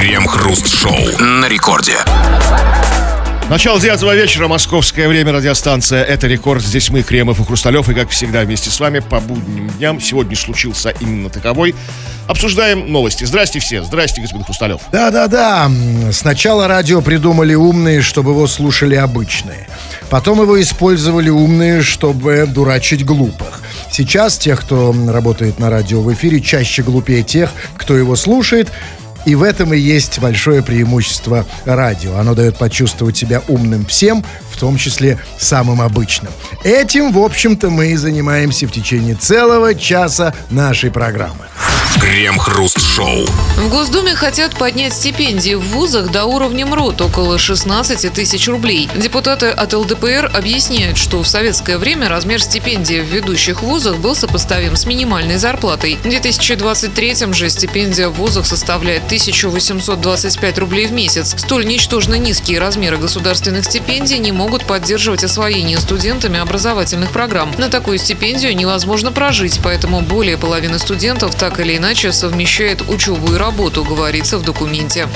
Крем-хруст-шоу на рекорде. Начало 9 вечера, московское время, радиостанция «Это рекорд». Здесь мы, Кремов и Хрусталев, и, как всегда, вместе с вами по будним дням. Сегодня случился именно таковой. Обсуждаем новости. Здрасте все. Здрасте, господин Хрусталев. Да. Сначала радио придумали умные, чтобы его слушали обычные. Потом его использовали умные, чтобы дурачить глупых. Сейчас тех, кто работает на радио в эфире, чаще глупее тех, кто его слушает. И в этом и есть большое преимущество радио. Оно дает почувствовать себя умным всем, в том числе самым обычным. Этим, в общем-то, мы и занимаемся в течение целого часа нашей программы. Крем-хруст-шоу. В Госдуме хотят поднять стипендии в вузах до уровня МРОТ, около 16 тысяч рублей. Депутаты от ЛДПР объясняют, что в советское время размер стипендии в ведущих вузах был сопоставим с минимальной зарплатой. В 2023 же стипендия в вузах составляет 1825 рублей в месяц. Столь ничтожно низкие размеры государственных стипендий не могут поддерживать освоение студентами образовательных программ. На такую стипендию невозможно прожить, поэтому более половины студентов так или иначе совмещает учебу и работу, говорится в документе.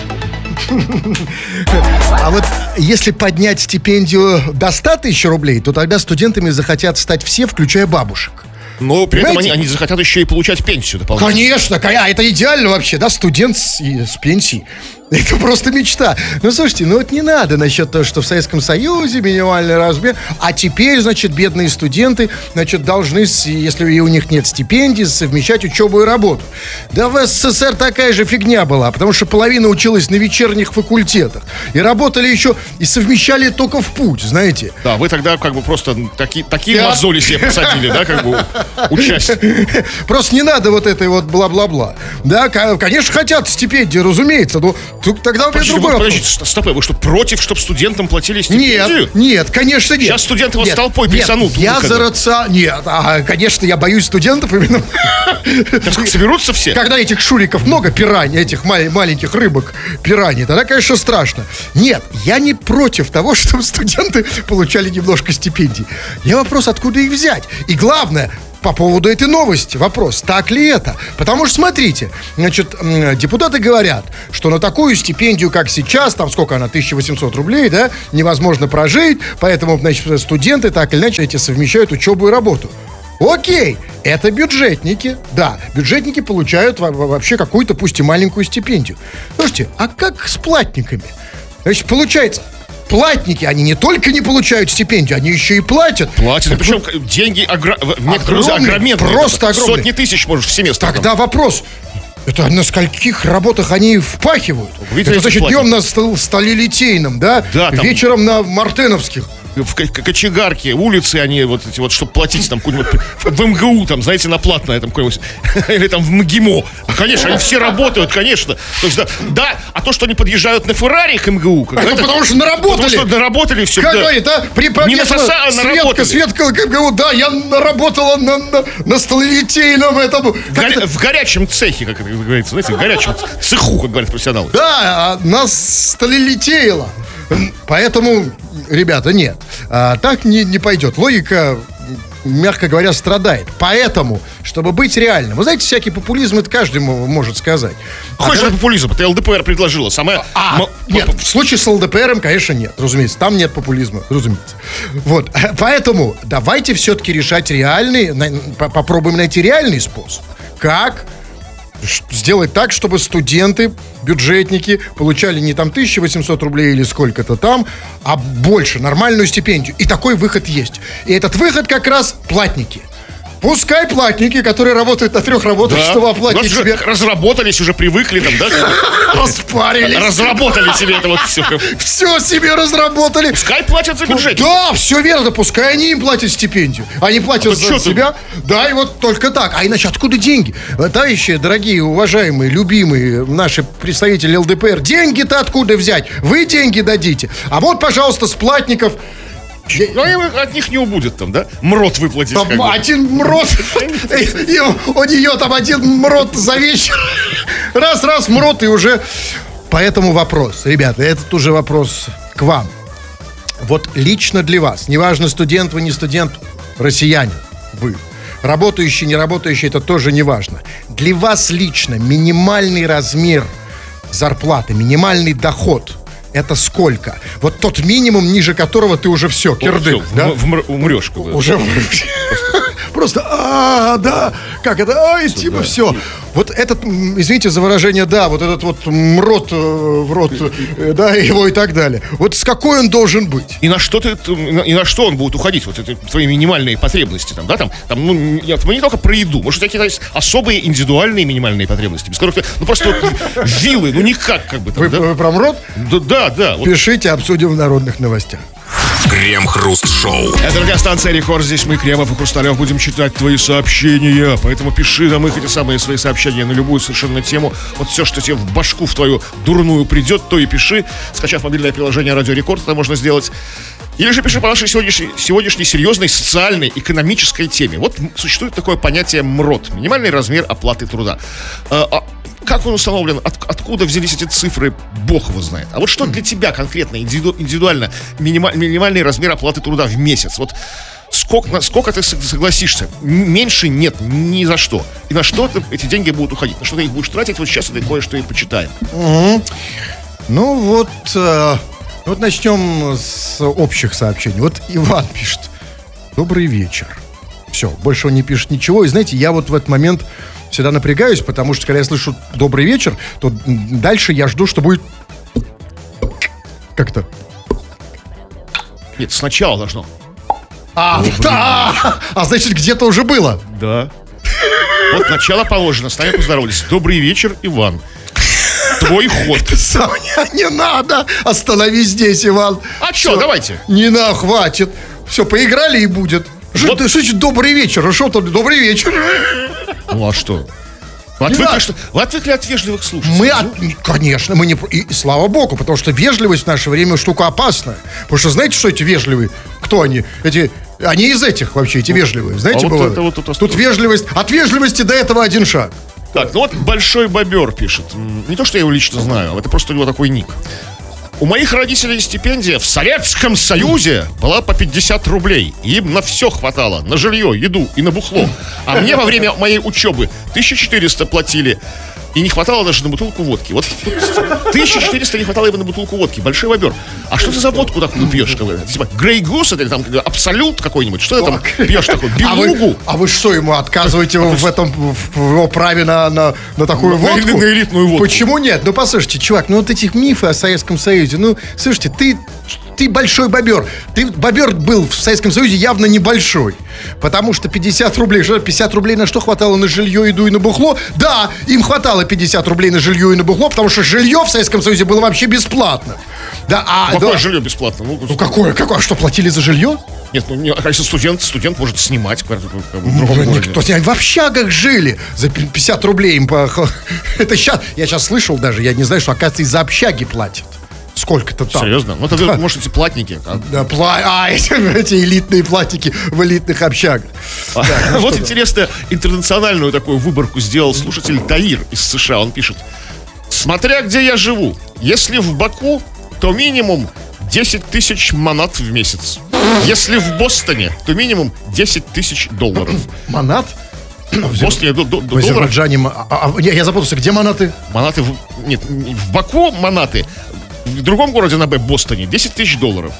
А вот если поднять стипендию до 100 тысяч рублей, то тогда студентами захотят стать все, включая бабушек. Но при этом они захотят еще и получать пенсию дополнительно. Конечно, это идеально вообще, да, студент с пенсией. Это просто мечта. Ну, слушайте, вот не надо насчет того, что в Советском Союзе минимальный размер, а теперь, значит, бедные студенты, значит, должны, если у них нет стипендий, совмещать учебу и работу. Да в СССР такая же фигня была, потому что половина училась на вечерних факультетах. И работали еще, и совмещали только в путь, знаете. Да, вы тогда как бы просто такие мозоли себе посадили, да, как бы участие. Просто не надо вот этой вот бла-бла-бла. Да, конечно, хотят стипендии, разумеется, но тогда у меня другой вопрос. Подождите, стоп, вы что, против, чтобы студентам платили стипендию? Нет, конечно, нет. Сейчас студенты вас толпой присанут. Я за рацион... Нет, конечно, я боюсь студентов именно... Так соберутся все? Когда этих шуриков много, пираний, этих маленьких рыбок, пираний, тогда, конечно, страшно. Нет, я не против того, чтобы студенты получали немножко стипендий. Я вопрос, откуда их взять. И главное... По поводу этой новости вопрос, так ли это? Потому что, смотрите, значит, депутаты говорят, что на такую стипендию, как сейчас, там сколько она, 1800 рублей, да, невозможно прожить, поэтому, значит, студенты так или иначе эти совмещают учебу и работу. Окей, это бюджетники, да, бюджетники получают вообще какую-то, пусть и маленькую стипендию. Слушайте, а как с платниками? Значит, получается... Платники, они не только не получают стипендию, они еще и платят. Платят, причем деньги огроменные. Просто огромные. Сотни тысяч, может, в семестр. Тогда вопрос, это на скольких работах они впахивают? Видите, это значит, днем на Сталелитейном, да? Да, там... Вечером на Мартеновских. В кочегарке, улицы они вот эти вот, чтобы платить там какую-нибудь в МГУ, там, знаете, на платное там какое-нибудь, или там в МГИМО. Конечно, они все работают, конечно. То есть, да, а то, что они подъезжают на Феррари к МГУ, потому что наработали. Потому что наработали все. Как говорит, да? Не на СССР, а наработали. Светка к МГУ, да, я наработала на Сталелитейном этом. В горячем цехе, как это говорится, знаете, в горячем цеху, как говорят профессионалы. Да, нас Сталелитейло. Поэтому, ребята, нет, так не пойдет. Логика, мягко говоря, страдает. Поэтому, чтобы быть реальным, вы знаете, всякий популизм, это каждый может сказать. Какой же популизм? Это ЛДПР предложила. Нет, в случае с ЛДПРом, конечно, нет, разумеется. Там нет популизма, разумеется. Вот, поэтому давайте все-таки решать попробуем найти реальный способ. Как сделать так, чтобы студенты, бюджетники получали не там 1800 рублей или сколько-то там, а больше, нормальную стипендию. И такой выход есть. И этот выход как раз платники. Пускай платники, которые работают на 3 работах, да, чтобы оплатить себе... Разработались, уже привыкли там, да? Распарились. Разработали себе это вот все. Все себе разработали. Пускай платят за бюджет. Да, все верно, пускай они им платят стипендию. Они платят за себя. Да, и вот только так. А иначе откуда деньги? Товарищи, дорогие, уважаемые, любимые наши представители ЛДПР, деньги-то откуда взять? Вы деньги дадите. А вот, пожалуйста, с платников... Ну, от них не убудет там, да? МРОТ выплатить. Там один МРОТ. У нее там один МРОТ за вечер. Раз, МРОТ, и уже... Поэтому вопрос, ребята, этот уже вопрос к вам. Вот лично для вас, неважно, студент вы, не студент, россиянин вы, работающий, не работающий, это тоже не важно. Для вас лично минимальный размер зарплата, минимальный доход. Это сколько? Вот тот минимум, ниже которого ты уже все, кирдык, Всё, да? умрешь. Как бы. Уже просто, да, как это, типа, все. Вот этот, извините за выражение, да, вот этот вот мрот в рот, да, его и так далее. Вот с какой он должен быть? И на что он будет уходить? Вот это твои минимальные потребности там, да, там, мы не только про еду, может, какие-то есть особые индивидуальные минимальные потребности, без которых, просто вот вилы, никак, как бы там, Вы про мрот? Да. Вот. Пишите, обсудим в народных новостях. Крем-хруст-шоу. Это радиостанция «Рекорд». Здесь мы, Кремов и Хрусталев, будем читать твои сообщения. Поэтому пиши нам их, эти самые свои сообщения, на любую совершенно тему. Вот все, что тебе в башку, в твою дурную придет, то и пиши. Скачав мобильное приложение «Радио Рекорд», это можно сделать. Или же пиши по нашей сегодняшней серьезной социальной, экономической теме. Вот существует такое понятие МРОТ. Минимальный размер оплаты труда. Как он установлен, откуда взялись эти цифры, бог его знает. А вот что для тебя конкретно, индивидуально, минимальный размер оплаты труда в месяц? Вот сколько ты согласишься? Меньше нет, ни за что. И на что эти деньги будут уходить? На что ты их будешь тратить? Вот сейчас это кое-что и почитаем. Ну вот начнем с общих сообщений. Вот Иван пишет: добрый вечер. Все, больше он не пишет ничего. И знаете, я вот в этот момент всегда напрягаюсь, потому что когда я слышу «добрый вечер», то дальше я жду, что будет как-то. Нет, сначала должно. Значит, где-то уже было. Да. Вот начало положено. С нами поздоровались. Добрый вечер, Иван. Твой ход. Саня, не надо. Остановись здесь, Иван. А что, давайте. Не надо, хватит. Все, поиграли и будет. Что значит добрый вечер? А что там добрый вечер? Ну а что? Вы отвыкли от вежливых слушателей. Конечно, мы не... И слава богу, потому что вежливость в наше время штука опасная. Потому что знаете, что эти вежливые? Кто они? Они из этих вообще, эти вежливые. Знаете, бывает? Тут вежливость. От вежливости до этого один шаг. Так, ну вот Большой Бобер пишет. Не то, что я его лично знаю, это просто у него такой ник. У моих родителей стипендия в Советском Союзе была по 50 рублей. Им на все хватало. На жилье, еду и на бухло. А мне во время моей учебы 1400 платили. И не хватало даже на бутылку водки. Вот 1400 не хватало его на бутылку водки. Большой Бобер. А что ты за водку такую пьешь? Типа Грей Гус или там Абсолют какой-нибудь? Что ты там пьешь такой? Белугу? А вы что, ему отказываете в его праве на такую водку? На элитную водку. Почему нет? Ну, послушайте, чувак, вот этих мифы о Советском Союзе, слушайте, ты большой бобер. Бобер был в Советском Союзе явно небольшой. Потому что 50 рублей, 50 рублей на что хватало? На жилье, еду и на бухло? Да, им хватало 50 рублей на жилье и на бухло, потому что жилье в Советском Союзе было вообще бесплатно. Да, какое жилье бесплатно? Какое? А что, платили за жилье? Нет, если студент может снимать в другом городе. В общагах жили за 50 рублей им. Это сейчас, я сейчас слышал даже, я не знаю, что, оказывается, из-за общаги платят. Сколько-то там. Серьезно? Ну, тогда, может, эти платники. Эти элитные платники в элитных общагах. Вот интересно, интернациональную такую выборку сделал слушатель Таир из США. Он пишет: смотря где я живу, если в Баку, то минимум 10 тысяч манат в месяц. Если в Бостоне, то минимум 10 тысяч долларов. Манат? В Бостоне в Азербайджане. Я запутался, где манаты? Манаты. Нет, в Баку манаты. В другом городе на Б, Бостоне, 10 тысяч долларов.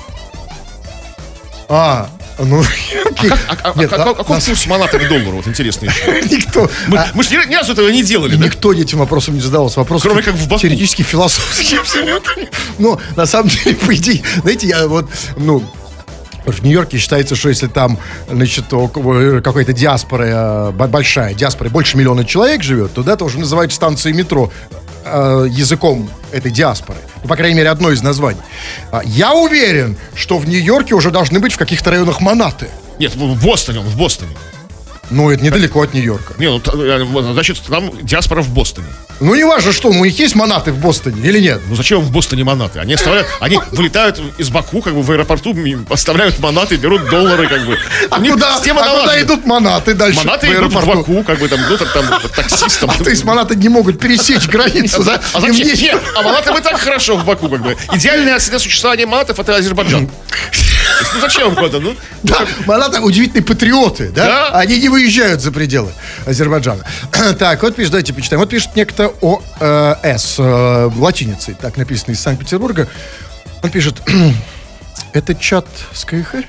Какой курс манаты к доллару? Вот интересно еще. Никто. Мы же ни разу этого не делали, да? Никто этим вопросом не задавался. Вопрос кроме как в Баку. Теоретически философский абсолютно. Но на самом деле, по идее, знаете, я вот, в Нью-Йорке считается, что если там, значит, какая-то диаспора, большая диаспора, больше миллиона человек живет, то это уже называют станцией метро языком этой диаспоры. По крайней мере, одно из названий. Я уверен, что в Нью-Йорке уже должны быть в каких-то районах манаты. Нет, в Бостоне, в Бостоне. Это недалеко от Нью-Йорка. Значит, там диаспора в Бостоне. Не важно что, у них есть манаты в Бостоне или нет? Зачем в Бостоне манаты? Они вылетают из Баку, в аэропорту, оставляют манаты, берут доллары, куда идут манаты дальше? Манаты идут в Баку, там таксистам. То есть манаты не могут пересечь границу, да? Нет, манатам и так хорошо в Баку, Идеальное существование манатов — это Азербайджан. Ну зачем куда-то? Ну, Да, малата удивительные патриоты, да? Да. Они не выезжают за пределы Азербайджана. Так, вот пишет, давайте почитаем. Вот пишет некто ОС, латиницей, так написано, из Санкт-Петербурга. Он пишет, это чат с КХЛ?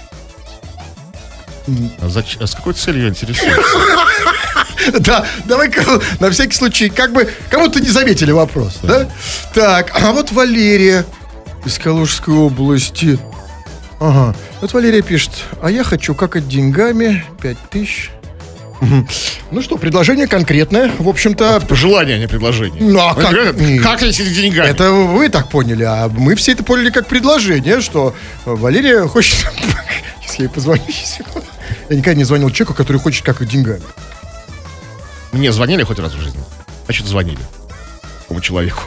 А с какой целью интересуешься? Да, давай-ка на всякий случай, как бы, кому-то не заметили вопрос, да? Так, а вот Валерия из Калужской области. Ага, вот Валерия пишет, а я хочу какать деньгами 5000. Ну что, предложение конкретное, в общем-то. Пожелание, а не предложение. Ну, а как? Как эти деньгами? Это вы так поняли, а мы все это поняли как предложение, что Валерия хочет... Если я ей позвоню, я никогда не звонил человеку, который хочет какать деньгами. Мне звонили хоть раз в жизни? Значит, звонили. Такому человеку.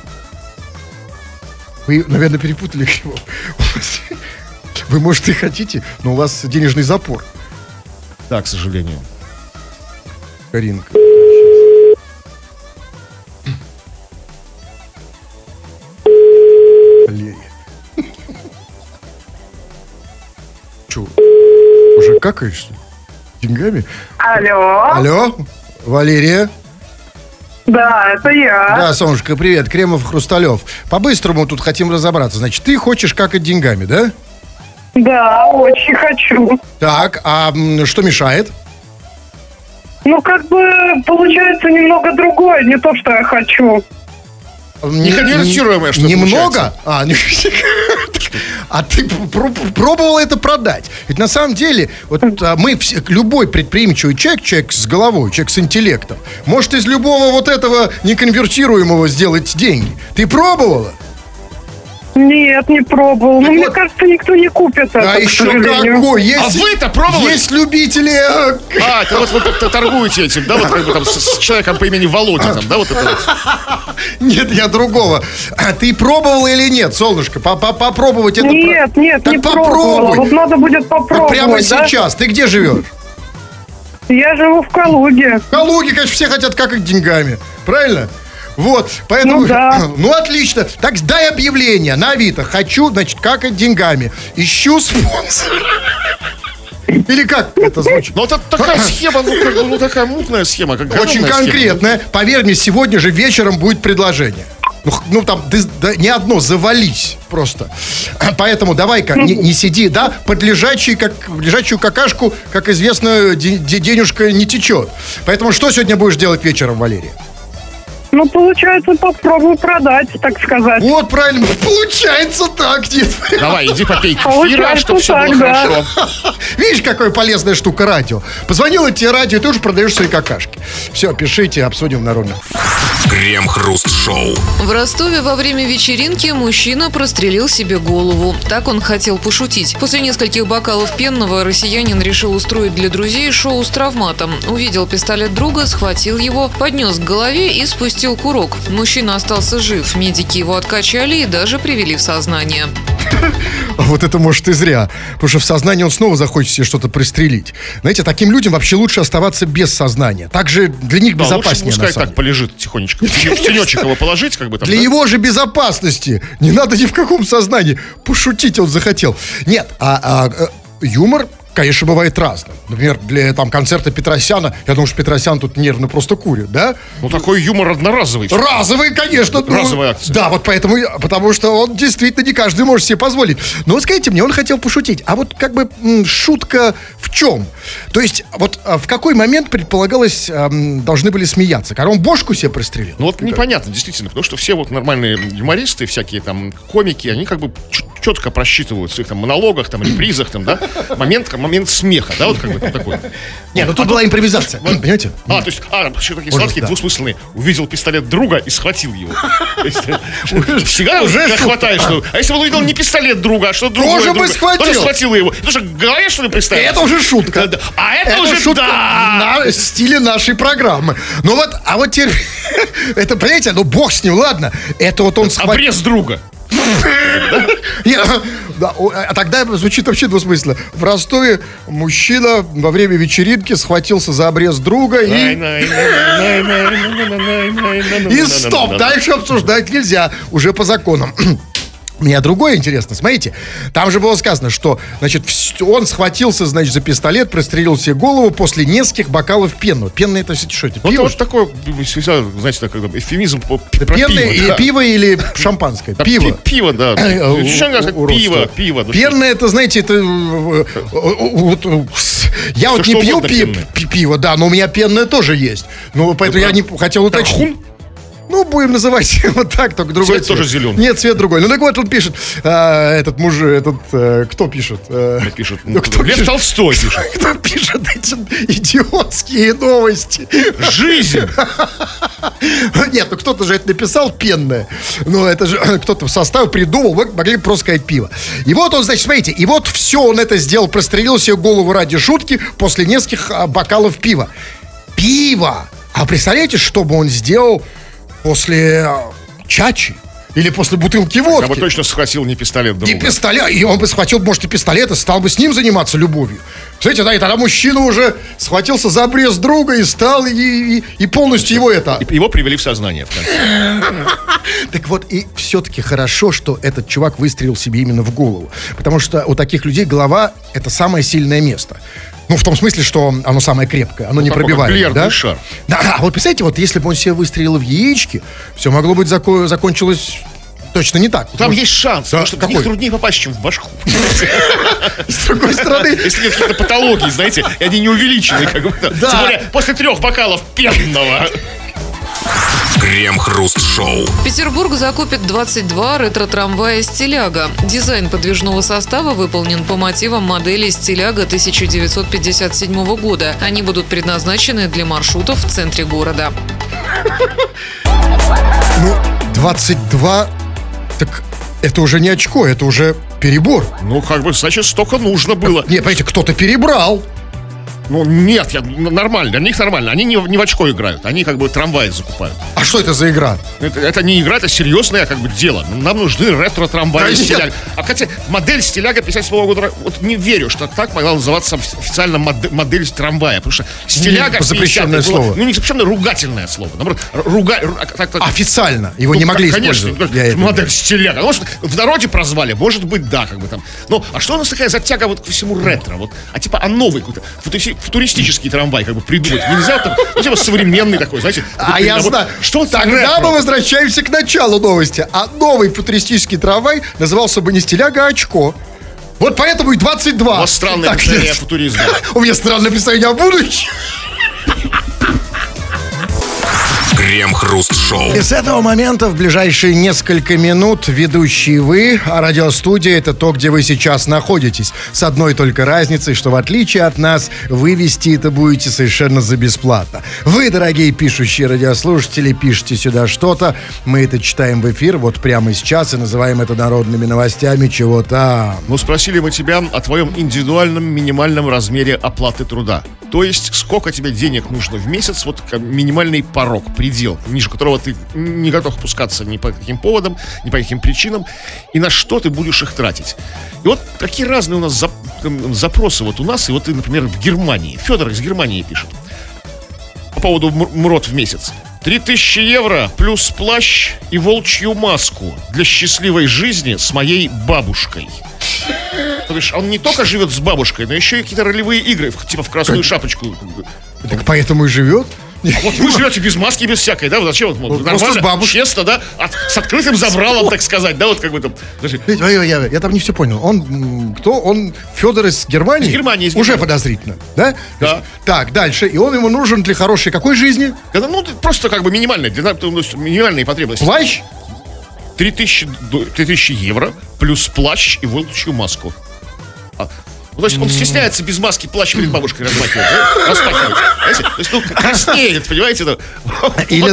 Вы, наверное, перепутали его. Вы, может, и хотите, но у вас денежный запор. Да, к сожалению. Каринка. Валерия. Че, уже какаешь, что ли? Деньгами? Алло. Алло, Валерия. Да, это я. Да, солнышко, привет, Кремов, Хрусталев. По-быстрому тут хотим разобраться. Значит, ты хочешь какать деньгами, да? Да, очень хочу. Так, а что мешает? Ну, как бы, получается немного другое, не то, что я хочу. Неконвертируемое, что немного? А ты пробовал это продать? Ведь на самом деле, вот мы все, любой предприимчивый человек с головой, человек с интеллектом, может из любого вот этого неконвертируемого сделать деньги. Ты пробовала? Нет, не пробовал. Но вот, мне кажется, никто не купит это, а к еще сожалению. какой? Есть, А вы-то пробовали? Есть любители... А, это вот вы торгуете этим, да, вот как бы там с человеком по имени Володя, там, да, вот это вот. Нет, я другого. А ты пробовала или нет, солнышко? Попробовать это? Нет, Так не попробуй. пробовала. Вот надо будет Вот попробовать, прямо да? сейчас. Ты где живешь? Я живу в Калуге. В Калуге, конечно, все хотят какать деньгами. Правильно? Вот, поэтому... Ну да. Ну, отлично. Так, дай объявление на Авито. Хочу, значит, какать деньгами. Ищу спонсора. Или как это звучит? Ну, это такая схема, ну, как бы, ну, такая мутная схема. Как Очень говёная конкретная. Поверь мне, сегодня же вечером будет предложение. Ну там, не одно, завались просто. Поэтому давай-ка, не сиди, да, под лежачую какашку, как известно, денежка не течет. Поэтому что сегодня будешь делать вечером, Валерия? Ну, получается, попробую продать, так сказать. Вот, правильно, получается так, нет. схема. Давай, иди попей кефира, Получается чтобы все так, было да. хорошо. Видишь, какая полезная штука радио. Позвонила тебе радио, и ты уже продаешь свои какашки. Все, пишите, обсудим в народных. Крем-хруст-шоу. В Ростове во время вечеринки мужчина прострелил себе голову. Так он хотел пошутить. После нескольких бокалов пенного россиянин решил устроить для друзей шоу с травматом. Увидел пистолет друга, схватил его, поднес к голове и спустил курок. Мужчина остался жив. Медики его откачали и даже привели в сознание. А вот это может и зря. Потому что в сознании он снова захочет себе что-то пристрелить. Знаете, таким людям вообще лучше оставаться без сознания. Так же для них Да, лучше безопаснее, пускай на самом так полежит тихонечко. В тенечек его положить, как бы там. Для да? его же безопасности. Не надо ни в каком сознании. Пошутить он захотел. Нет, юмор, конечно, бывает разным. Например, для там концерта Петросяна, я думаю, что Петросян тут нервно просто курит, да? Ну, такой юмор одноразовый. Разовый, конечно. Разовая акция. Да, вот поэтому, потому что он действительно не каждый может себе позволить. Но вот скажите мне, он хотел пошутить. А вот как бы шутка в чем? То есть вот в какой момент предполагалось должны были смеяться? Когда он бошку себе прострелил? Ну вот непонятно, действительно, потому что все вот нормальные юмористы, всякие там комики, они как бы четко просчитывают в своих там монологах, там репризах, там, да, момент смеха, да, вот как бы там такой. Не, ну тут была импровизация, понимаете? То есть, еще такие Ужас, сладкие, да. двусмысленные. Увидел пистолет друга и схватил его. То есть, всегда уже хватает, что... А если бы он увидел не пистолет друга, а что другое Тоже бы друга, схватил. тоже схватил его. Потому что в голове, что ли, представил? Это уже шутка. Да. А это уже, шутка да! в стиле нашей программы. Ну вот, а вот теперь, это, понимаете, ну бог с ним, ладно. Это вот он схватил. Обрез друга. А тогда звучит вообще двусмысленно. В Ростове мужчина во время вечеринки схватился за обрез друга и стоп, дальше обсуждать нельзя, уже по законам. Меня другое интересно, смотрите, там же было сказано, что, значит, он схватился, значит, за пистолет, прострелил себе голову после нескольких бокалов пенного. Пенное это что, это Вот, пиво? вот такой, знаете, такой эфемизм про Пенное пиво. Да. пиво или шампанское? Да, Пиво. Пиво, да. Пиво. Ну, Пенное, это, знаете, это... Я вот что не пью угодно пенное. пиво, да, но у меня пенное тоже есть. Ну, поэтому я не хотел уточнить. Тархун? Ну, будем называть вот так, только другой Цвет тоже зеленый. Нет, цвет другой. Ну, так вот, он пишет, кто пишет? Пишет. Ну, кто Лев пишет? Толстой пишет. Кто пишет эти идиотские новости? Жизнь. Нет, ну кто-то же это написал пенное. Ну, это же кто-то в составе придумал, вы могли бы просто сказать пиво. И вот он, значит, смотрите, и вот все он это сделал, прострелил себе голову ради шутки после нескольких бокалов пива. Пиво! А представляете, что бы он сделал после чачи? Или после бутылки водки? Я бы точно схватил не пистолет друга. Не пистолет, и он бы схватил, может, и пистолет, и стал бы с ним заниматься любовью. Смотрите, да, и тогда мужчина уже схватился за обрез друга и стал, и полностью его это... И его привели в сознание в конце. Так вот, и все-таки хорошо, что этот чувак выстрелил себе именно в голову. Потому что у таких людей голова — это самое сильное место. Ну, в том смысле, что оно самое крепкое, оно не такой, как пробиваемое, бильярдный да? шар. Да, вот представляете, вот если бы он себе выстрелил в яички, все могло быть закончилось точно не так. Там есть шанс, потому что в какой? них труднее попасть, чем в башку. С другой стороны... Если нет каких-то патологий, знаете, и они не увеличены, как будто. Да. Тем более, после 3 бокалов пенного. Крем-хруст-шоу. Петербург закупит 22 ретро-трамвая «Стиляга». Дизайн подвижного состава выполнен по мотивам модели «Стиляга» 1957 года. Они будут предназначены для маршрутов в центре города. 22, так это уже не очко, это уже перебор. Ну, как бы, значит, столько нужно было. Не, понимаете, кто-то перебрал. Ну, нет, нормально, для них нормально. Они не в очко играют, они как бы трамваи закупают. А что это за игра? Это не игра, это серьезное как бы дело. Нам нужны ретро-трамваи Да «Стиляга». нет. А хотя модель «Стиляга» 57 года, вот не верю, что так могла называться официально модель трамвая. Потому что «Стиляга» в 50-е Запрещенное было, слово. ну, не запрещенное, ругательное слово. Наоборот, Официально. Его не могли конечно, использовать. для этого. модель «Стиляга». Может, в народе прозвали, может быть, да, как бы там. Ну, а что у нас такая затяга вот ко всему ретро? Вот, а новый какой-то футуристический трамвай как бы придумать нельзя? Там, ну, типа современный такой, знаете. А я знаю. Что Тогда ретро? мы возвращаемся к началу новости. А новый футуристический трамвай назывался бы не «Стиляга», а «Очко». Вот поэтому и 22. У вас странное Так, представление о нет. футуризме. У меня странное представление о будущем. Крем-хруст-шоу. И с этого момента в ближайшие несколько минут ведущие вы, а радиостудия — это то, где вы сейчас находитесь. С одной только разницей, что в отличие от нас, вы вести это будете совершенно за бесплатно. Вы, дорогие пишущие радиослушатели, пишите сюда что-то, мы это читаем в эфир вот прямо сейчас и называем это народными новостями чего-то. Ну, спросили мы тебя о твоем индивидуальном минимальном размере оплаты труда. То есть, сколько тебе денег нужно в месяц, вот минимальный порог, предел, ниже которого ты не готов опускаться ни по каким поводам, ни по каким причинам, и на что ты будешь их тратить. И вот какие разные у нас запросы вот у нас, и вот, например, в Германии. Федор из Германии пишет по поводу МРОТ в месяц. 3000 евро плюс плащ и волчью маску для счастливой жизни с моей бабушкой. То есть он не только живет с бабушкой, но еще и какие-то ролевые игры, типа в красную шапочку. Так поэтому и живет. Вот вы живете без маски, без всякой, да? Вот зачем? Вот, просто нормально, с бабушкой. честно, да? С открытым забралом, так сказать, да? Вот как бы там. Я там не все понял. Он кто? Он Федор из Германии? Из Германии, из Уже Германии. подозрительно, да? Да. Так, дальше. И он ему нужен для хорошей какой жизни? Ну, просто как бы минимальная, минимальные потребности. Плащ? 3000 евро плюс плащ и волчью маску. Ну, то есть он стесняется без маски плащ перед бабушкой распахивать, да? Распахивать. Знаете? То есть, ну, краснеет, понимаете? Да? Или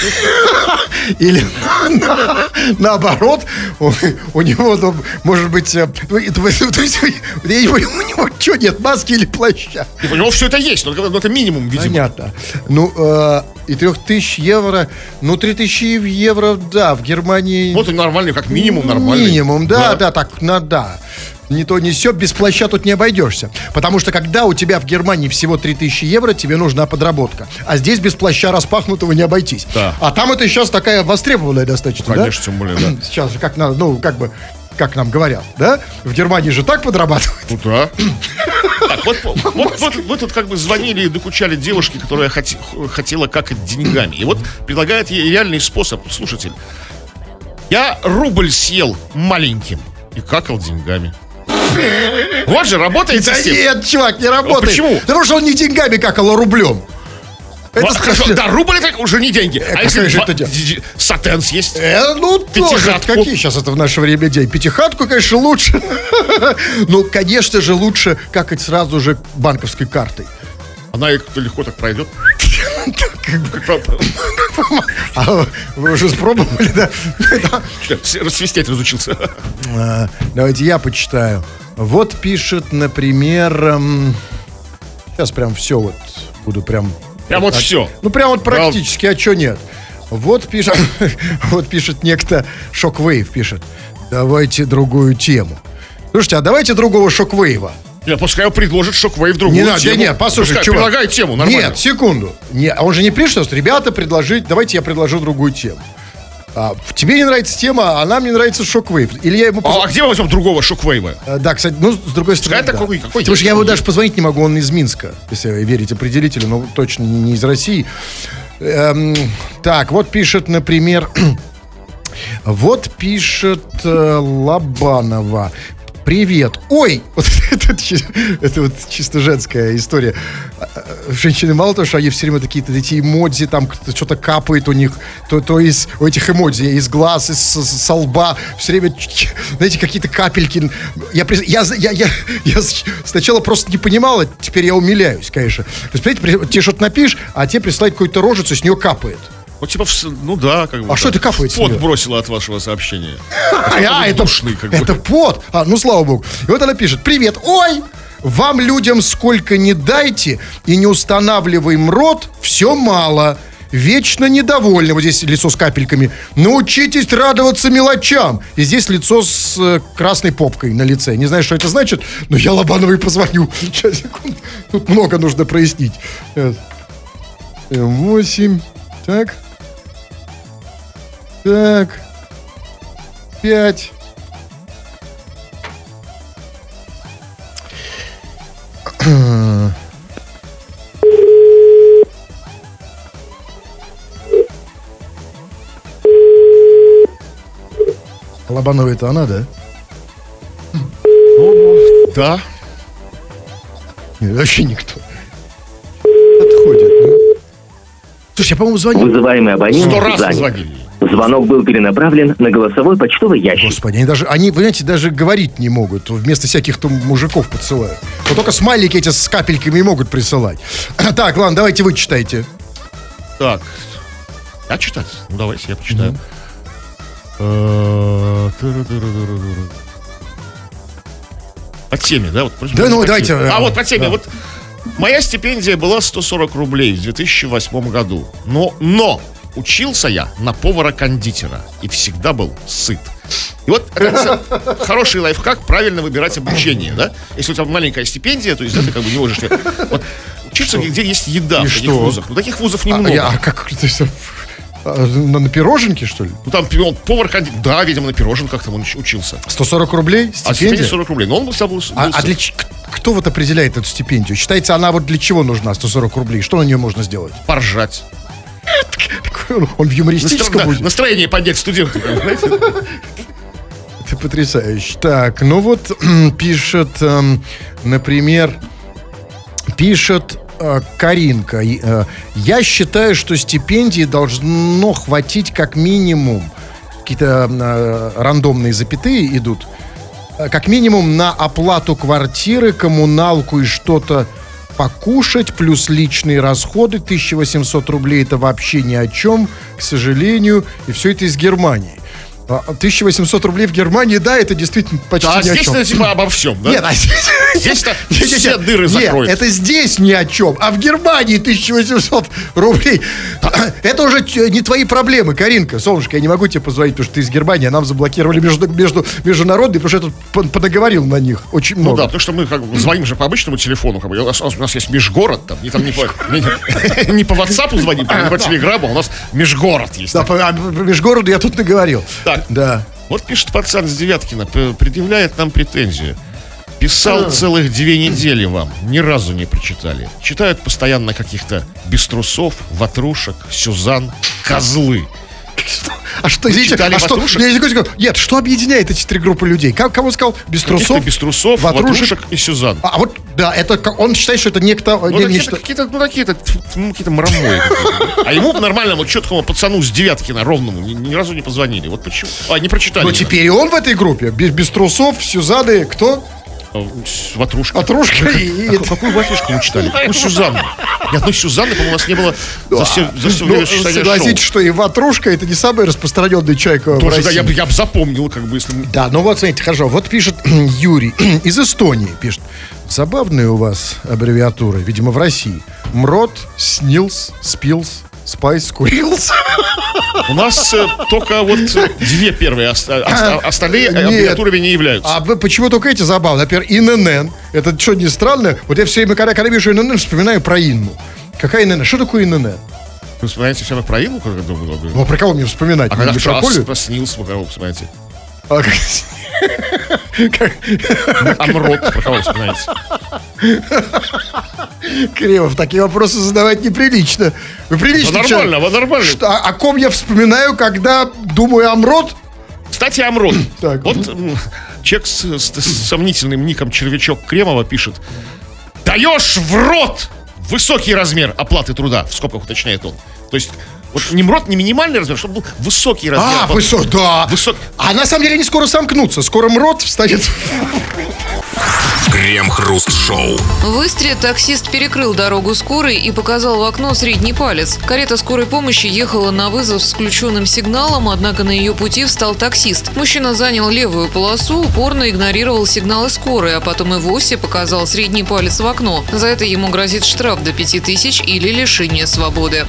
наоборот, у него, ну, может быть, то есть, я не понимаю, у него что, нет маски или плаща? И у него все это есть, но это минимум, видимо. Понятно. Ну, и 3000 евро, ну, 3000 евро, да, в Германии... Вот и нормальный, как минимум нормальный. Минимум, да, так, да. Не то, не сё, без плаща тут не обойдешься. Потому что когда у тебя в Германии всего 3000 евро, тебе нужна подработка. А здесь без плаща распахнутого не обойтись. Да. А там это сейчас такая востребованная достаточно, Конечно, да? тем более, да. Сейчас же как надо, ну, как бы как нам говорят, да? В Германии же так подрабатывают. Ну да. Так, вот вы тут как бы звонили и докучали девушке, которая хотела какать деньгами. И вот предлагает ей реальный способ. Слушатель, я рубль съел маленьким и какал деньгами. Вот же, работает Да система. нет, чувак, не работает. Почему? Потому что он не деньгами какал, а рублем. Это Хорошо, да, рубль это уже не деньги. А какая же если это дело? сатен съесть? Ну, тоже. Пятихатку. Какие сейчас это в наше время деньги? Пятихатку, конечно, лучше. Ну, конечно же, лучше какать сразу же банковской картой. Она легко так пройдет. А вы уже спробовали, да? Свистеть разучился. Давайте я почитаю. Вот пишет, например... Сейчас прям все вот буду прям... Прям вот все. Ну, прям вот практически, а что нет? Вот пишет, вот пишет некто Шоквейв, пишет. Давайте другую тему. Слушайте, а давайте другого Шоквейва. Нет, пускай он предложит Шоквейв другую Не надо, тему. нет, послушай, Пускай чувак. предлагай тему, нормально. Нет, секунду. Не, а он же не пишет, что ребята, давайте я предложу другую тему. Тебе не нравится тема, а нам не нравится Шоквейв. Или я ему... А где мы возьмем другого Шоквейва? Да, кстати, ну, с другой стороны, да. Какой Потому что я его даже позвонить не могу, он из Минска, если верить определителю, но точно не из России. Так, вот пишет, например... Вот пишет Лобанова. Привет. Ой, вот это вот чисто женская история. Женщины мало того, что они все время какие-то эти эмодзи, там что-то капает у них, то из у этих эмодзи, из глаз, со лба, все время, знаете, какие-то капельки. Я сначала просто не понимала, теперь я умиляюсь, конечно. То есть, понимаете, тебе что-то напишешь, а тебе присылают какую-то рожицу, с нее капает. Вот типа, ну да, как бы. А что это капает с Пот неё? бросила от вашего сообщения. Это душный, как бы. Это пот. Ну, слава богу. И вот она пишет. Привет. Ой, вам, людям, сколько не дайте и не устанавливаем рот, все мало. Вечно недовольны. Вот здесь лицо с капельками. Научитесь радоваться мелочам. И здесь лицо с красной попкой на лице. Не знаю, что это значит, но я Лобановой позвоню. Сейчас, секунду. Тут много нужно прояснить. 8. Так. Так. 5. Лобанова это она, да? Да. Нет, вообще никто. Отходит. Ну. Слушай, я, по-моему, звонил. Вызываемый абонент 100 раз занят. звонили. Звонок был перенаправлен на голосовой почтовый ящик. Господи, они, понимаете, даже говорить не могут. Вместо всяких там мужиков подсылают. Вот только смайлики эти с капельками и могут присылать. Так, ладно, давайте вы читайте. Так. Я читать? Ну, давайте, я почитаю. По теме, да? Вот, Да, ну, по давайте, теме. Вот по теме. да. Вот моя стипендия была 140 рублей в 2008 году. Но учился я на повара-кондитера и всегда был сыт. И вот это хороший лайфхак, правильно выбирать обучение, да? Если у тебя маленькая стипендия, то есть ты как бы не можешь... Вот, учиться, где есть еда И в таких что? вузах. Ну, таких вузов немного. Как то есть, на пироженке, что ли? Ну, там повар-кондитер... Да, видимо, на пироженках там он учился. 140 рублей? А стипендия Стипендия? 40 рублей. Но он был Кто вот определяет эту стипендию? Считается, она вот для чего нужна, 140 рублей? Что на нее можно сделать? поржать. Он в юмористическом будет? Настроение поднять студенту, понимаете? Это потрясающе. Так, ну вот пишет, например, Каринка. Я считаю, что стипендии должно хватить как минимум. Какие-то рандомные запятые идут. Как минимум на оплату квартиры, коммуналку и что-то покушать, плюс личные расходы. 1800 рублей это вообще ни о чем, к сожалению. И все это из Германии. 1800 рублей в Германии, да, это действительно почти А ни о здесь чем. это типа обо всем, да? Нет, Здесь-то все дыры закроют. это здесь ни о чем. А в Германии 1800 рублей. Это уже не твои проблемы, Каринка. Солнышко, я не могу тебе позвонить, потому что ты из Германии, а нам заблокировали международные, потому что я тут понаговорил на них очень Ну много. да, потому что мы как бы звоним же по обычному телефону, как бы. У нас есть межгород, там, не по WhatsApp звоним, не по телеграмму, а у нас межгород есть. Да, по межгороду я тут наговорил. Так. Да. Вот пишет пацан с Девяткина, предъявляет нам претензию. Писал целых 2 недели вам, ни разу не прочитали. Читают постоянно каких-то Беструсов, Ватрушек, Сюзан, козлы. А что, извините, читали Ватрушек? Нет, что объединяет эти 3 группы людей? Кого сказал? Каких-то Беструсов, Ватрушек и Сюзан. А вот, да, это он считает, что это некто... Какие-то мрамои. А ему, нормальному, четкому пацану с Девяткина, ровному, ни разу не позвонили. Вот почему. Не прочитали. Но теперь и он в этой группе. Без трусов, Сюзаны, кто? Ватрушка. Ватрушка. Какую Ватрушку мы читали? Какую Сюзанну? Ни одной Сюзанны, по-моему, у нас не было за все время существования шоу. Согласитесь, что и Ватрушка это не самый распространенный человек в Тоже, России. да, я бы запомнил, как бы, если... Да, ну вот, смотрите, хорошо. Вот пишет Юрий из Эстонии. Пишет. Забавные у вас аббревиатуры, видимо, в России. МРОТ, СНИЛС, СПИЛС, Спайс, Курилс. У нас только вот 2 первые, остальные аббревиатурами не являются. А почему только эти забавные? Например, ИНН. Это что, не странно? Вот я все время, когда вижу ИНН, вспоминаю про Инну. Какая ИНН? Что такое ИНН? Вы вспоминаете все про Инну? Ну, а про кого мне вспоминать? А когда про Колю? про СНИЛС, вы кого вспоминаете? Амрот, про кого вспоминаете? Кремов, такие вопросы задавать неприлично. Вы приличный человек. Нормально. О ком я вспоминаю, когда думаю Амрот? Кстати, Амрот. Так. Вот человек с сомнительным ником Червячок Кремова пишет: даешь в рот высокий размер оплаты труда, в скобках уточняет он. То есть вот не МРОТ, не минимальный размер, чтобы был высокий размер. Да. А на самом деле они скоро сомкнутся. Скоро МРОТ встанет. Крем-хруст-шоу. В Истре таксист перекрыл дорогу скорой и показал в окно средний палец. Карета скорой помощи ехала на вызов с включенным сигналом, однако на ее пути встал таксист. Мужчина занял левую полосу, упорно игнорировал сигналы скорой, а потом и вовсе показал средний палец в окно. За это ему грозит штраф до 5000 или лишение свободы.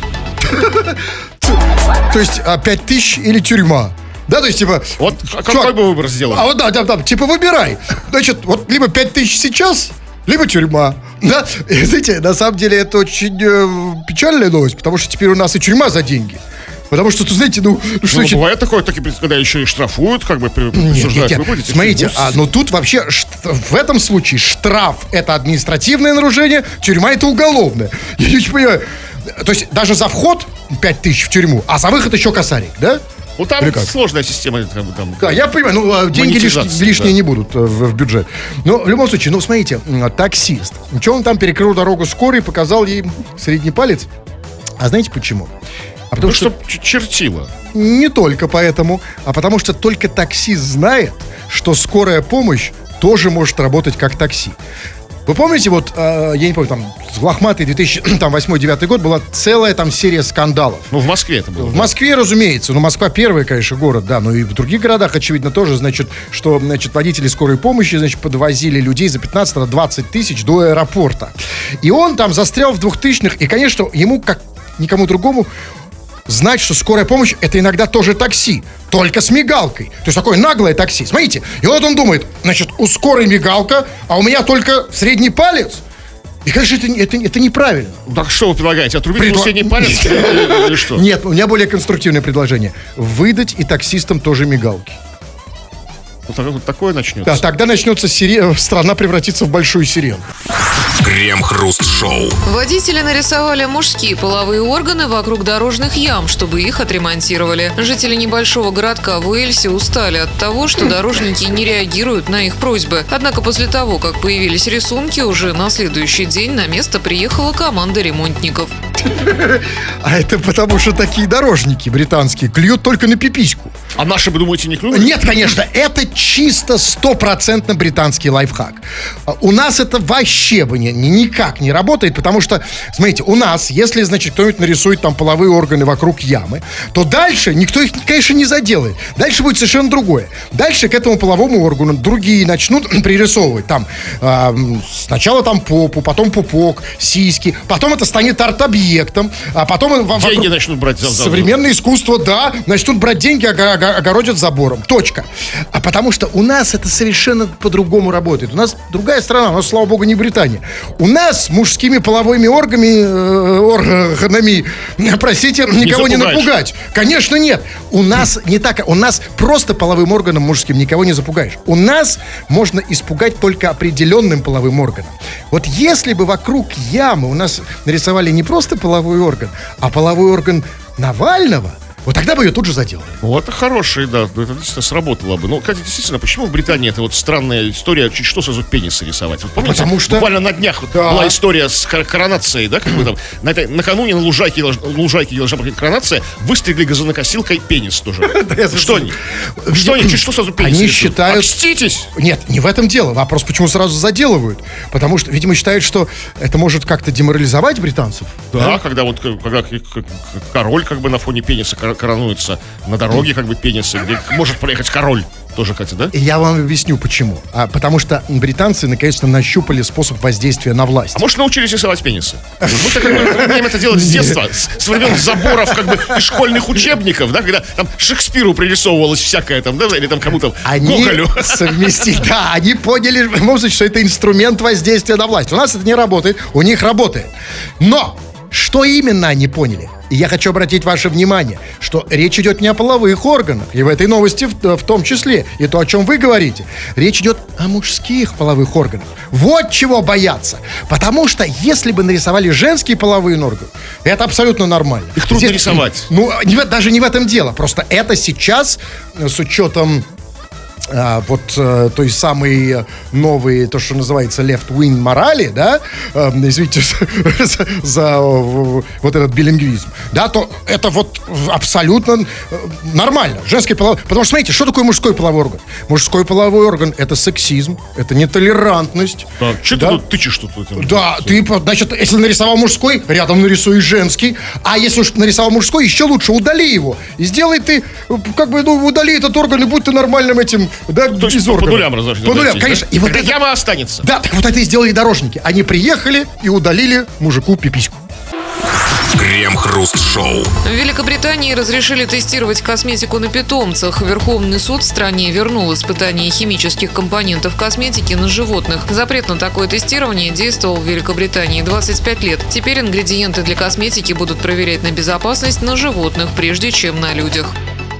То есть 5000 или тюрьма. Да, то есть, типа... Вот какой бы выбор сделал? А вот да, типа выбирай. Значит, вот либо 5000 сейчас, либо тюрьма. Да, и, знаете, на самом деле это очень печальная новость, потому что теперь у нас и тюрьма за деньги. Потому что, знаете, что значит... Бывает такое, когда еще и штрафуют, как бы присуждают выплатить. Смотрите, но тут вообще в этом случае штраф — это административное нарушение, тюрьма — это уголовное. Я не очень понимаю. То есть даже за вход 5000 в тюрьму, а за выход еще косарик, да? Ну, там сложная система. Там, да, я понимаю, деньги лишние не будут в бюджет. Но в любом случае, смотрите, таксист. Что он там перекрыл дорогу скорой, показал ей средний палец? А знаете почему? Потому что чертило. Не только поэтому, а потому что только таксист знает, что скорая помощь тоже может работать как такси. Вы помните, вот, я не помню, там, лохматый 2008-2009 год была целая там серия скандалов. Ну, в Москве это было. В Москве, разумеется. Ну, Москва первый, конечно, город, да. Но и в других городах, очевидно, тоже, значит, что, водители скорой помощи, значит, подвозили людей за 15-20 тысяч до аэропорта. И он там застрял в 2000-х. И, конечно, ему, как никому другому, знать, что скорая помощь — это иногда тоже такси, только с мигалкой. То есть такое наглое такси. Смотрите, и вот он думает, значит, у скорой мигалка, а у меня только средний палец. И, конечно, это неправильно. Так что вы предлагаете? Отрубить средний палец или что? Нет, у меня более конструктивное предложение. Выдать и таксистам тоже мигалки. Вот такое начнется. Да, тогда начнется страна превратится в большую сирену. Крем-хруст-шоу. Водители нарисовали мужские половые органы вокруг дорожных ям, чтобы их отремонтировали. Жители небольшого городка в Уэльсе устали от того, что дорожники не реагируют на их просьбы. Однако после того, как появились рисунки, уже на следующий день на место приехала команда ремонтников. А это потому, что такие дорожники британские клюют только на пипиську. А наши, вы думаете, не клюют? Нет, конечно, это чисто 100% британский лайфхак. У нас это вообще бы никак не работает, потому что, смотрите, у нас, если, значит, кто-нибудь нарисует там половые органы вокруг ямы, то дальше никто их, конечно, не заделает. Дальше будет совершенно другое. Дальше к этому половому органу другие начнут пририсовывать. Там сначала там попу, потом пупок, сиськи, потом это станет арт-объектом, а потом... Деньги начнут брать за современное искусство, да, начнут брать деньги, огородят забором. Точка. А потому что у нас это совершенно по-другому работает. У нас другая страна, у нас, слава богу, не Британия. У нас мужскими половыми органами, простите, никого не напугать. Конечно, нет. У нас не так. У нас просто половым органом мужским никого не запугаешь. У нас можно испугать только определенным половым органом. Вот если бы вокруг ямы у нас нарисовали не просто половой орган, а половой орган Навального, вот тогда бы ее тут же заделали. Ну, это хороший, да, это действительно сработало бы. Ну, кстати, действительно, почему в Британии это вот странная история, чуть что сразу пенисы рисовать? Вот помните, потому что... буквально на днях была история с коронацией, да, как бы там, накануне на лужайке должна быть коронация, выстрелили газонокосилкой пенис тоже. Что они? Что они? Чуть что сразу пенис? Они считают... Окститесь! Нет, не в этом дело. Вопрос, почему сразу заделывают. Потому что, видимо, считают, что это может как-то деморализовать британцев. Да, когда король как бы на фоне пениса коронуется на дороге, как бы пенисы, где может проехать король. Тоже, Катя, да? И я вам объясню, почему. Потому что британцы наконец-то нащупали способ воздействия на власть. А может, научились рисовать пенисы? Мы-то как бы умеем это делать с детства, с времен заборов, как бы, из школьных учебников, да, когда там Шекспиру пририсовывалось всякое там, да, или там кому-то Гоголю. Совместили, да, они поняли, в любом случае, что это инструмент воздействия на власть. У нас это не работает, у них работает. Но что именно они поняли? И я хочу обратить ваше внимание, что речь идет не о половых органах, и в этой новости в том числе, и то, о чем вы говорите. Речь идет о мужских половых органах. Вот чего бояться. Потому что если бы нарисовали женские половые органы, это абсолютно нормально. Их трудно рисовать. Ну, даже не в этом дело. Просто это сейчас, с учетом той самой новой, то, что называется left-wing морали, да, извините за вот этот билингвизм, да, то это вот абсолютно нормально. Женский половой... Потому что, смотрите, что такое мужской половой орган? Мужской половой орган — это сексизм, это нетолерантность. Да, что ты тут тычешь что-то? Да, ты, значит, если нарисовал мужской, рядом нарисуй женский, а если уж нарисовал мужской, еще лучше удали его. И сделай ты, как бы, удали этот орган, и будь ты нормальным этим. Да, то есть по нулям разложили. По нулям, конечно. Да? И вот эта яма останется. Да, так вот это и сделали дорожники. Они приехали и удалили мужику пипиську. Крем-хруст-шоу. В Великобритании разрешили тестировать косметику на питомцах. Верховный суд в стране вернул испытания химических компонентов косметики на животных. Запрет на такое тестирование действовал в Великобритании 25 лет. Теперь ингредиенты для косметики будут проверять на безопасность на животных, прежде чем на людях.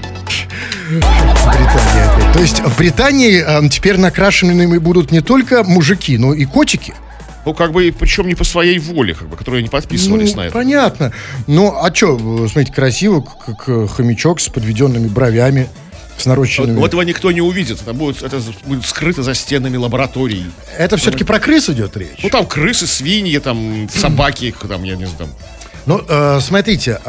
Британия опять. То есть в Британии теперь накрашенными будут не только мужики, но и котики. Ну, как бы, причем не по своей воле, как бы, которые не подписывались на это. Понятно. Ну, а что, смотрите, красиво, как хомячок с подведенными бровями, с нарощенными. Вот этого никто не увидит. Это будет скрыто за стенами лаборатории. Это все-таки про крыс идет речь? Ну, там крысы, свиньи, там собаки, там, я не знаю, там... Ну, смотрите,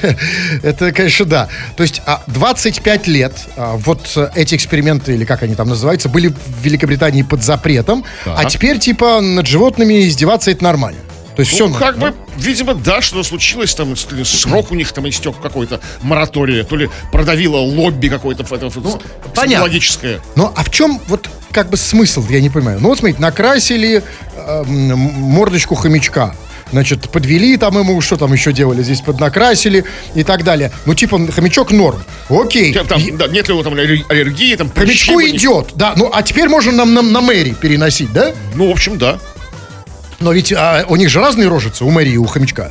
это, конечно, да. То есть 25 лет вот эти эксперименты, или как они там называются, были в Великобритании под запретом, а теперь, типа, над животными издеваться это нормально. То есть все, как бы, видимо, да, что случилось, там, срок у них там истек какой-то моратория, то ли продавило лобби какое-то психологическое. Ну, а в чем вот как бы смысл, я не понимаю. Ну, вот смотрите, накрасили мордочку хомячка. Значит, подвели там ему, что там еще делали, здесь поднакрасили и так далее. Ну, типа, хомячок норм. Окей. Там, да, нет ли у него там аллергии, там... Хомячку идет, да. Ну, а теперь можно на Мэри переносить, да? Ну, в общем, да. Но ведь у них же разные рожицы, у Мэри и у хомячка.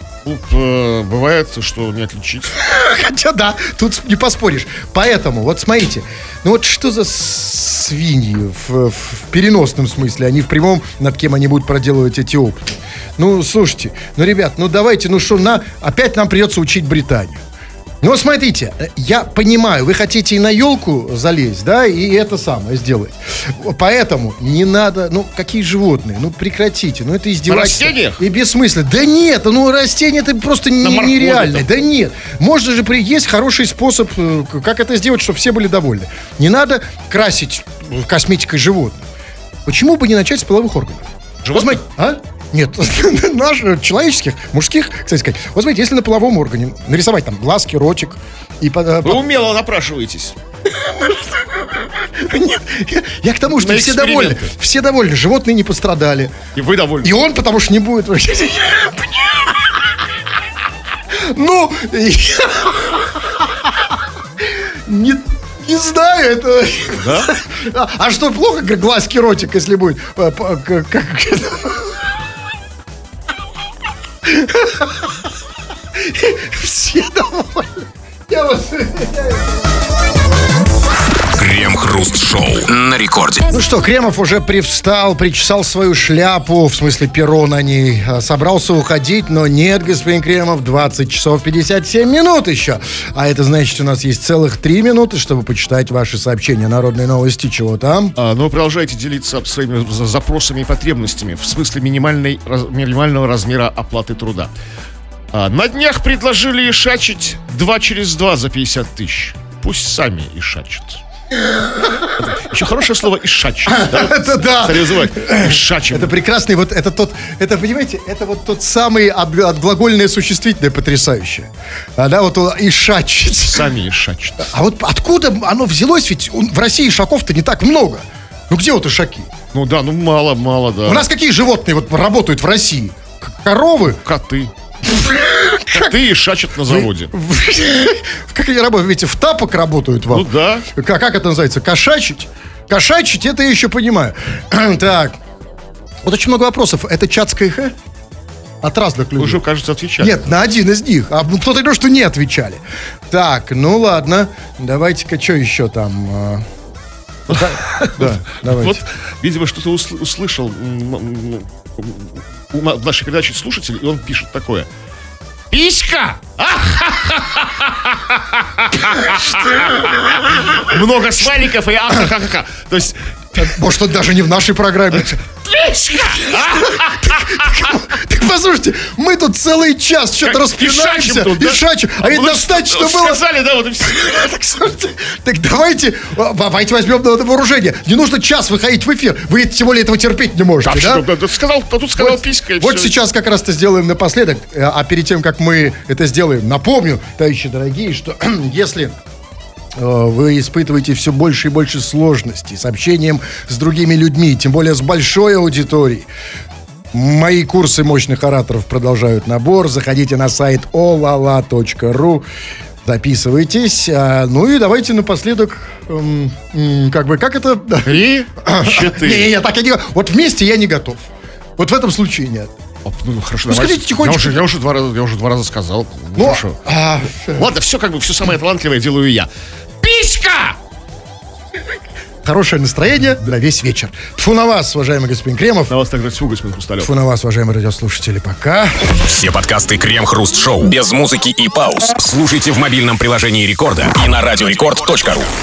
Ну, бывает, что не отличить. Хотя да, тут не поспоришь. Поэтому, вот смотрите, ну вот что за свиньи в переносном смысле, а не в прямом, над кем они будут проделывать эти опыты. Ну, слушайте, ну, ребят, ну давайте, ну что, опять нам придется учить Британию. Ну, вот смотрите, я понимаю, вы хотите и на елку залезть, да, и это самое сделать. Поэтому не надо, ну, какие животные, ну, прекратите, ну, это издевательство. На растениях? И бессмысленно. Да нет, ну, растения это просто нереально. Там. Да нет, можно же, есть хороший способ, как это сделать, чтобы все были довольны. Не надо красить косметикой животных. Почему бы не начать с половых органов? Животных? Нет, наших, человеческих, мужских, кстати сказать. Вот смотрите, если на половом органе нарисовать там глазки, ротик и... Вы умело напрашиваетесь. Нет, я к тому, что все довольны. Все довольны, животные не пострадали. И вы довольны. И он, потому что не будет... Ну... Не знаю, это... Да? А что, плохо глазки, ротик, если будет? Все довольны. Я вас... Крем-хруст-шоу на рекорде. Ну что, Кремов уже привстал, причесал свою шляпу, в смысле перо на ней, собрался уходить, но нет, господин Кремов, 20 часов 57 минут еще. А это значит, у нас есть целых 3 минуты, чтобы почитать ваши сообщения. Народные новости, чего там? Ну, продолжайте делиться своими запросами и потребностями в смысле минимального размера оплаты труда. На днях предложили ишачить 2 через 2 за 50 тысяч. Пусть сами ишачат. Еще хорошее слово «ишачить». Это да. Ишачим. Это прекрасный, вот это тот, это, понимаете, это вот тот самый отглагольное существительное потрясающее. Да, вот ишачить. Сами ишачат. А вот откуда оно взялось? Ведь в России ишаков-то не так много. Ну где вот ишаки? Ну да, ну мало, да. У нас какие животные вот работают в России? Коровы? Коты. Коты ишачат на заводе. Как они работают? Видите, в тапок работают вам? Ну да. Как это называется? Кошачить? Кошачить, это я еще понимаю. Так. Вот очень много вопросов. Это чатское «х»? От разных людей. Уже, кажется, отвечали. Нет, на один из них. А кто-то говорит, что не отвечали. Так, ну ладно. Давайте-ка, что еще там? Да, давайте. Вот, видимо, что-то услышал в нашей передаче слушатель, и он пишет такое. Писька! Много смайликов и ахахаха. То есть... Может, это даже не в нашей программе. Писька! Так послушайте, мы тут целый час что-то распинаемся и шачим. А ведь достаточно было... Сказали, да, вот и все. Так давайте возьмем на вооружение. Не нужно час выходить в эфир. Вы тем более этого терпеть не можете, да? Тут сказал писька, и Вот все. сейчас как раз-то сделаем напоследок. А перед тем, как мы это сделаем, напомню, товарищи дорогие, что если... вы испытываете все больше и больше сложностей с общением с другими людьми, тем более с большой аудиторией. Мои курсы мощных ораторов продолжают набор. Заходите на сайт olala.ru, записывайтесь. Ну и давайте напоследок, как это... 3, 4. Не, так я не... Вот вместе я не готов. Вот в этом случае нет. Ну, хорошо, Ну, давайте. скажите тихонечко. Я уже два раза сказал. Ну, хорошо. Ладно, все все самое талантливое делаю я. Писька! Хорошее настроение на весь вечер. Тьфу на вас, уважаемый господин Кремов. На вас также тьфу, господин Хрусталев. Тьфу на вас, уважаемые радиослушатели. Пока. Все подкасты Крем-хруст-шоу без музыки и пауз слушайте в мобильном приложении Рекорда и на радиорекорд.ру.